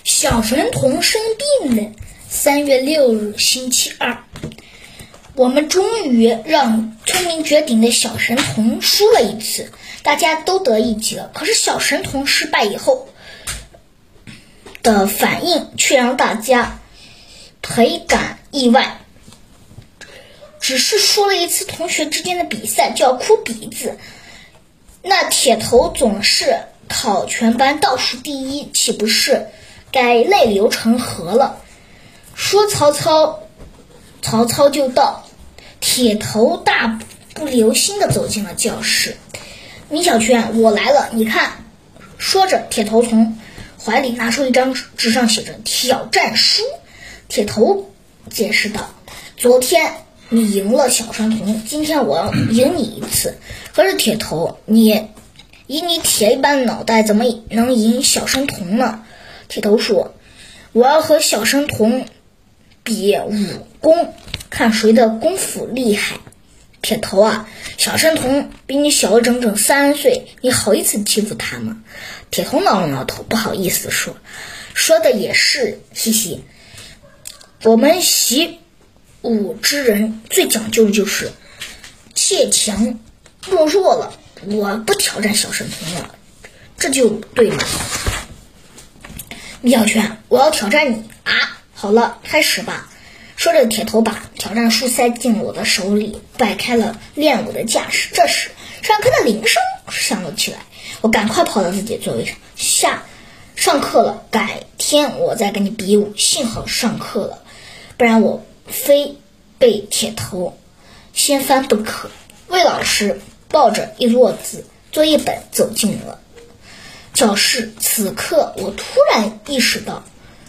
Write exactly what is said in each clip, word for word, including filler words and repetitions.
小神童生病了。三月六日，星期二，我们终于让聪明绝顶的小神童输了一次，大家都得一级了。可是小神童失败以后的反应却让大家倍感意外。只是输了一次同学之间的比赛就要哭鼻子，那铁头总是考全班倒数第一，岂不是该泪流成河了？说曹操，曹操就到。铁头大步流星地走进了教室。米小圈，我来了，你看。说着，铁头从怀里拿出一张纸，纸上写着挑战书。铁头解释道，昨天你赢了小神童，今天我要赢你一次。可是铁头，你以你铁一般的脑袋怎么能赢小神童呢？铁头说，我要和小神童比武功，看谁的功夫厉害。铁头啊，小神童比你小了整整三岁，你好意思欺负他吗？铁头挠了挠头，不好意思说，说的也是，嘻嘻。我们习武之人最讲究的就是怯强懦弱了，我不挑战小神童了，这就对了。米小圈，我要挑战你啊！好了，开始吧。说着，铁头把挑战书塞进我的手里，摆开了练武的架势。这时，上课的铃声响了起来，我赶快跑到自己座位上。下上课了，改天我再跟你比武。幸好上课了，不然我非被铁头掀翻不可。魏老师抱着一摞子作业本走进了教室。此刻，我突然意识到。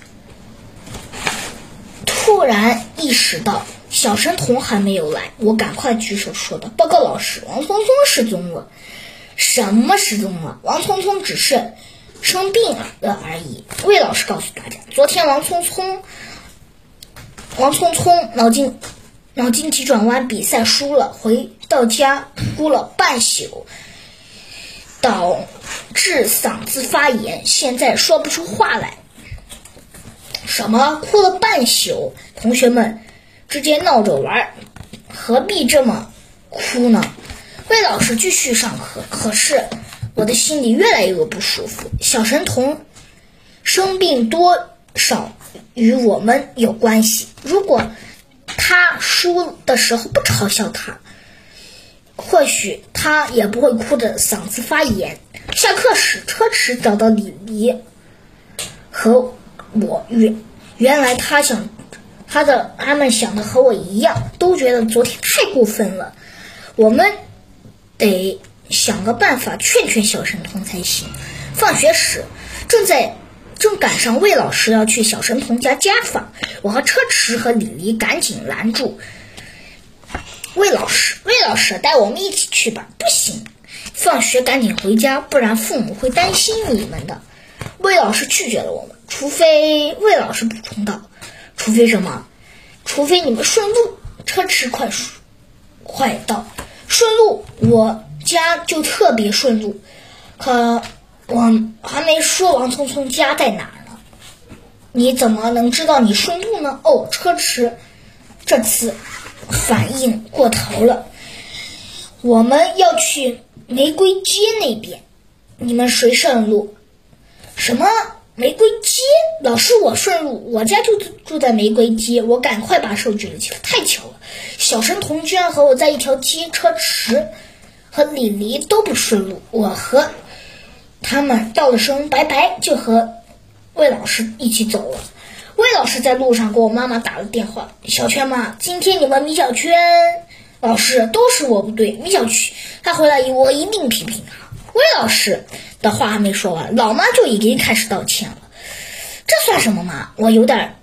突然意识到小神童还没有来，我赶快举手说道，报告老师，王聪聪失踪了。什么失踪了？王聪聪只是生病了而已。魏老师告诉大家，昨天王聪聪王聪聪脑筋脑筋急转弯比赛输了，回到家哭了半宿，导致嗓子发炎，现在说不出话来。什么？哭了半宿？同学们之间闹着玩，何必这么哭呢？魏老师继续上课，可是我的心里越来越不舒服。小神童生病多少与我们有关系，如果他输的时候不嘲笑他，或许他也不会哭得嗓子发炎。下课时，车迟找到李黎和我原原来他想他的他们想的和我一样，都觉得昨天太过分了，我们得想个办法劝劝小神童才行。放学时正在正赶上魏老师要去小神童家家访，我和车迟和李黎赶紧拦住魏老师，魏老师带我们一起去吧。不行，放学赶紧回家，不然父母会担心你们的。魏老师拒绝了我们，除非魏老师补充道，除非什么？除非你们顺路。车迟快快道，顺路，我家就特别顺路。可我还没说王聪聪家在哪儿呢，你怎么能知道你顺路呢？哦，车迟这次反应过头了，我们要去玫瑰街那边，你们谁顺路？什么玫瑰街？老师，我顺路，我家就住在玫瑰街。我赶快把手举了起来，太巧了，小神童居然和我在一条街。车迟和李黎都不顺路，我和他们道了声拜拜，就和魏老师一起走了。魏老师在路上给我妈妈打了电话，小圈妈，今天你们米小圈老师都是我不对，米小圈他回来我一定批评他。魏老师的话还没说完，老妈就已经开始道歉了。这算什么嘛？我有点，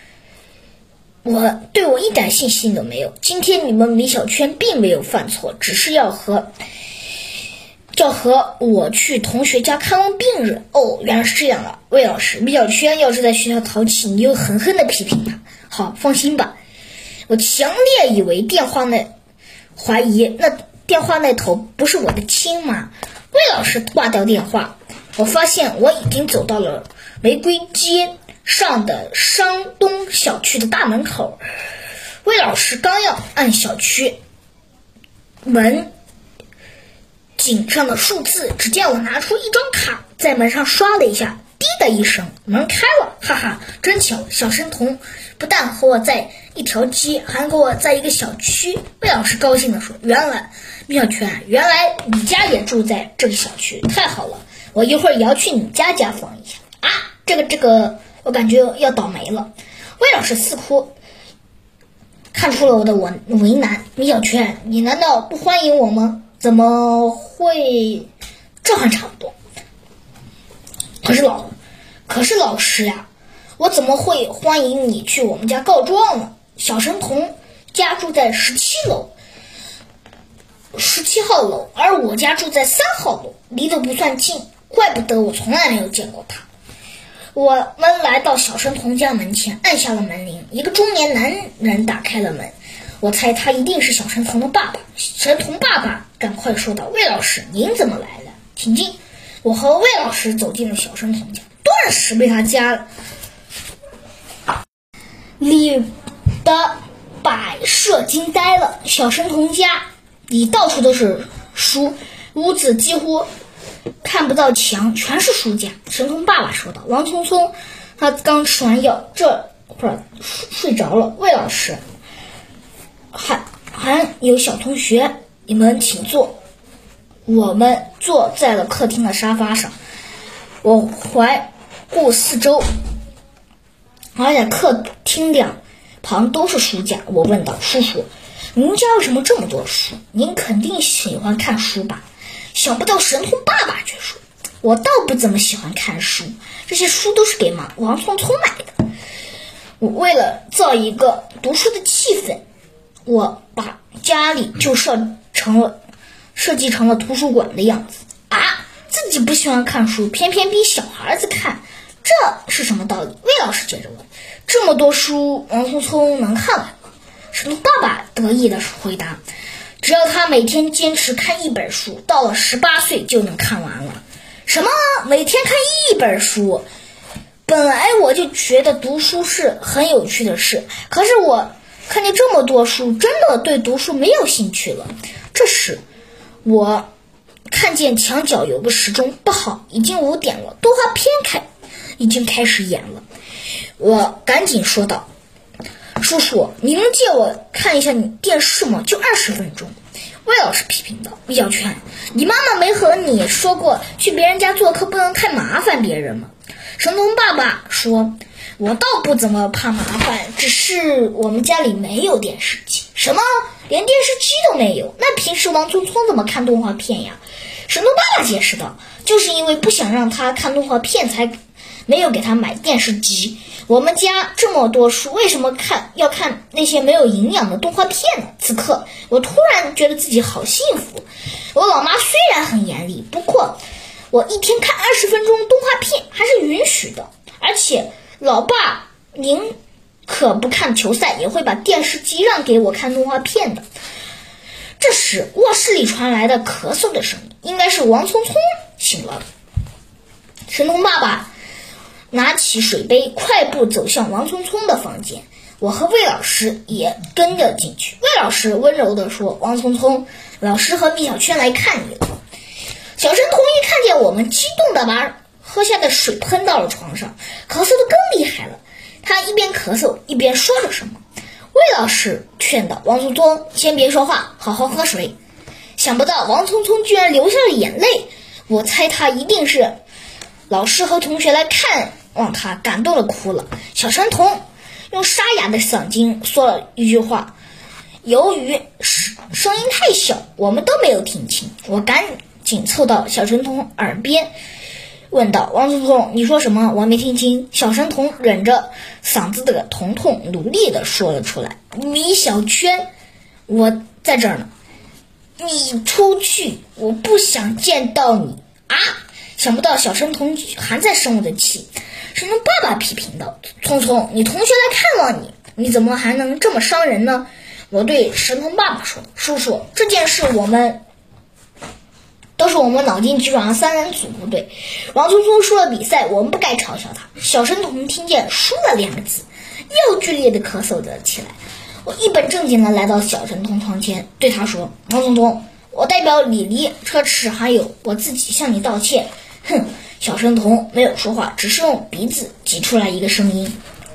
我对我一点信心都没有。今天你们米小圈并没有犯错，只是要和要和我去同学家看望病人。哦，原来是这样了。魏老师，米小圈要是在学校淘气，你就狠狠地批评他。好，放心吧。我强烈以为电话那怀疑那电话那头不是我的亲妈。魏老师挂掉电话，我发现我已经走到了玫瑰街上的山东小区的大门口，魏老师刚要按小区门井上的数字，只见我拿出一张卡，在门上刷了一下，滴的一声，门开了，哈哈，真巧！小神童不但和我在一条街，还和我在一个小区。魏老师高兴地说：“原来，米小圈，原来你家也住在这个小区，太好了！我一会儿也要去你家家访一下啊！这个这个，我感觉要倒霉了。”魏老师似乎看出了我的为为难，米小圈，你难道不欢迎我吗？怎么会？这还差不多。可是老，可是老师呀，我怎么会欢迎你去我们家告状呢？小神童家住在十七楼，十七号楼，而我家住在三号楼，离得不算近，怪不得我从来没有见过他。我们来到小神童家门前，按下了门铃，一个中年男人打开了门。我猜他一定是小神童的爸爸。神童爸爸赶快说道：“魏老师，您怎么来了？请进。”我和魏老师走进了小神童家，顿时被他家里的摆设惊呆了。小神童家里到处都是书，屋子几乎看不到墙，全是书架。神童爸爸说道：“王聪聪，他刚吃完药，这会儿睡着了。魏老师，还还有小同学，你们请坐。”我们坐在了客厅的沙发上，我环顾四周，而且客厅两旁都是书架。我问道：“叔叔，您家为什么这么多书？您肯定喜欢看书吧？”想不到神童爸爸却说：“我倒不怎么喜欢看书，这些书都是给王王聪聪买的。我为了造一个读书的气氛，我把家里就设成了设计成了图书馆的样子啊！自己不喜欢看书，偏偏逼小孩子看，这是什么道理？”魏老师接着问：“这么多书，王聪聪能看完吗？”神童爸爸得意地回答：“只要他每天坚持看一本书，到了十八岁就能看完了。”什么？每天看一本书？本来我就觉得读书是很有趣的事，可是我看见这么多书，真的对读书没有兴趣了。这时我看见墙角有个时钟，不好，已经五点了，动画片开已经开始演了。我赶紧说道：“叔叔，你能借我看一下你电视吗？就二十分钟。”魏老师批评道：“米小圈，你妈妈没和你说过去别人家做客不能太麻烦别人吗？”神童爸爸说：“我倒不怎么怕麻烦，只是我们家里没有电视机。”什么？连电视机都没有？那平时王聪聪怎么看动画片呀？神童爸爸解释道：“就是因为不想让他看动画片，才没有给他买电视机。我们家这么多书，为什么看要看那些没有营养的动画片呢？”此刻我突然觉得自己好幸福。我老妈虽然很严厉，不过我一天看二十分钟动画片还是允许的。而且老爸您可不看球赛，也会把电视机让给我看动画片的。这时卧室里传来的咳嗽的声音，应该是王聪聪醒了。神童爸爸拿起水杯，快步走向王聪聪的房间。我和魏老师也跟着进去。魏老师温柔地说：“王聪聪，老师和米小圈来看你了。”小神童一看见我们，激动地把喝下的水喷到了床上，咳嗽得更厉害了。他一边咳嗽一边说着什么。魏老师劝道：“王聪聪，先别说话，好好喝水。”想不到王聪聪居然流下了眼泪，我猜他一定是老师和同学来看望他，感动的哭了。小神童用沙哑的嗓音说了一句话，由于声音太小，我们都没有听清。我赶紧凑到小神童耳边问道：“王聪聪，你说什么？我没听清。”小神童忍着嗓子的疼痛，努力地说了出来：“米小圈，我在这儿呢。你出去，我不想见到你啊！”想不到小神童还在生我的气。神童爸爸批评道：“聪聪，你同学来看望你，你怎么还能这么伤人呢？”我对神童爸爸说：“叔叔，这件事我们都是我们脑筋急转弯三人组不对。王聪聪输了比赛，我们不该嘲笑他。小神童听见输了两个字，又剧烈的咳嗽了起来。我一本正经的来到小神童床前，对他说：王聪聪，我代表李黎、车迟还有我自己向你道歉。哼！小神童没有说话，只是用鼻子挤出来一个声音。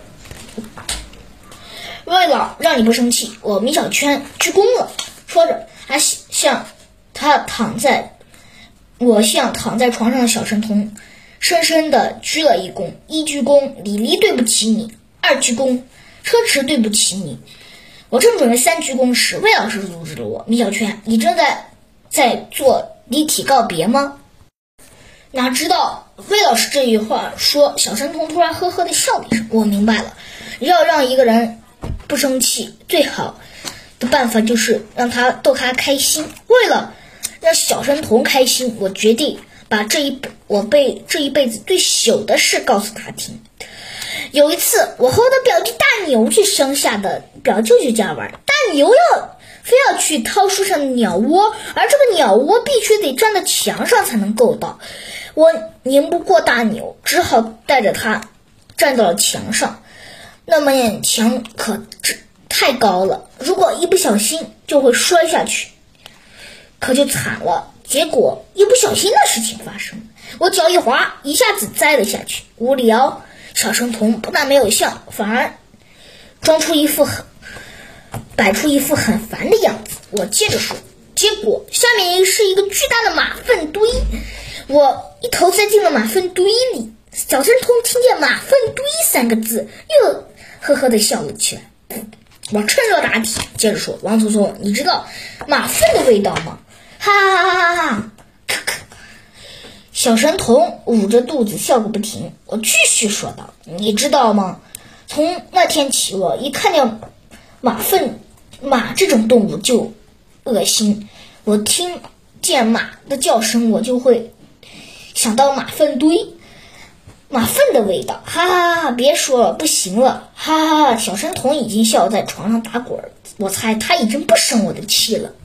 为了让你不生气，我米小圈鞠躬了。说着，还向他躺在我向躺在床上的小神童深深的鞠了一躬。一鞠躬，李黎对不起你；二鞠躬，车迟对不起你。我正准备三鞠躬时，魏老师阻止了我。米小圈，你正在在做离体告别吗？哪知道魏老师这一话说，小神童突然呵呵的笑了一声。我明白了，要让一个人不生气，最好的办法就是让他逗他开心。为了让小神童开心，我决定把这一我被这一辈子最糗的事告诉他听。有一次，我和我的表弟大牛去乡下的表舅舅家玩，大牛要非要去掏树上的鸟窝，而这个鸟窝必须得站在墙上才能够到。我拧不过大牛，只好带着他站到了墙上。那面墙可太高了，如果一不小心就会摔下去，可就惨了。结果一不小心的事情发生，我脚一滑，一下子栽了下去。无聊，小神童不但没有笑，反而装出一副很摆出一副很烦的样子。我接着说，结果下面是一个巨大的马粪堆，我一头栽进了马粪堆里。小神童听见马粪堆三个字，又呵呵地笑了起来。我趁热打铁，接着说，王聪聪，你知道马粪的味道吗？哈哈哈哈哈哈！咳咳。小神童捂着肚子笑个不停。我继续说道，你知道吗？从那天起，我一看见马粪马这种动物就恶心。我听见马的叫声，我就会想到马粪堆，马粪的味道。哈哈哈！别说了，不行了！哈哈哈！小神童已经笑在床上打滚，我猜他已经不生我的气了。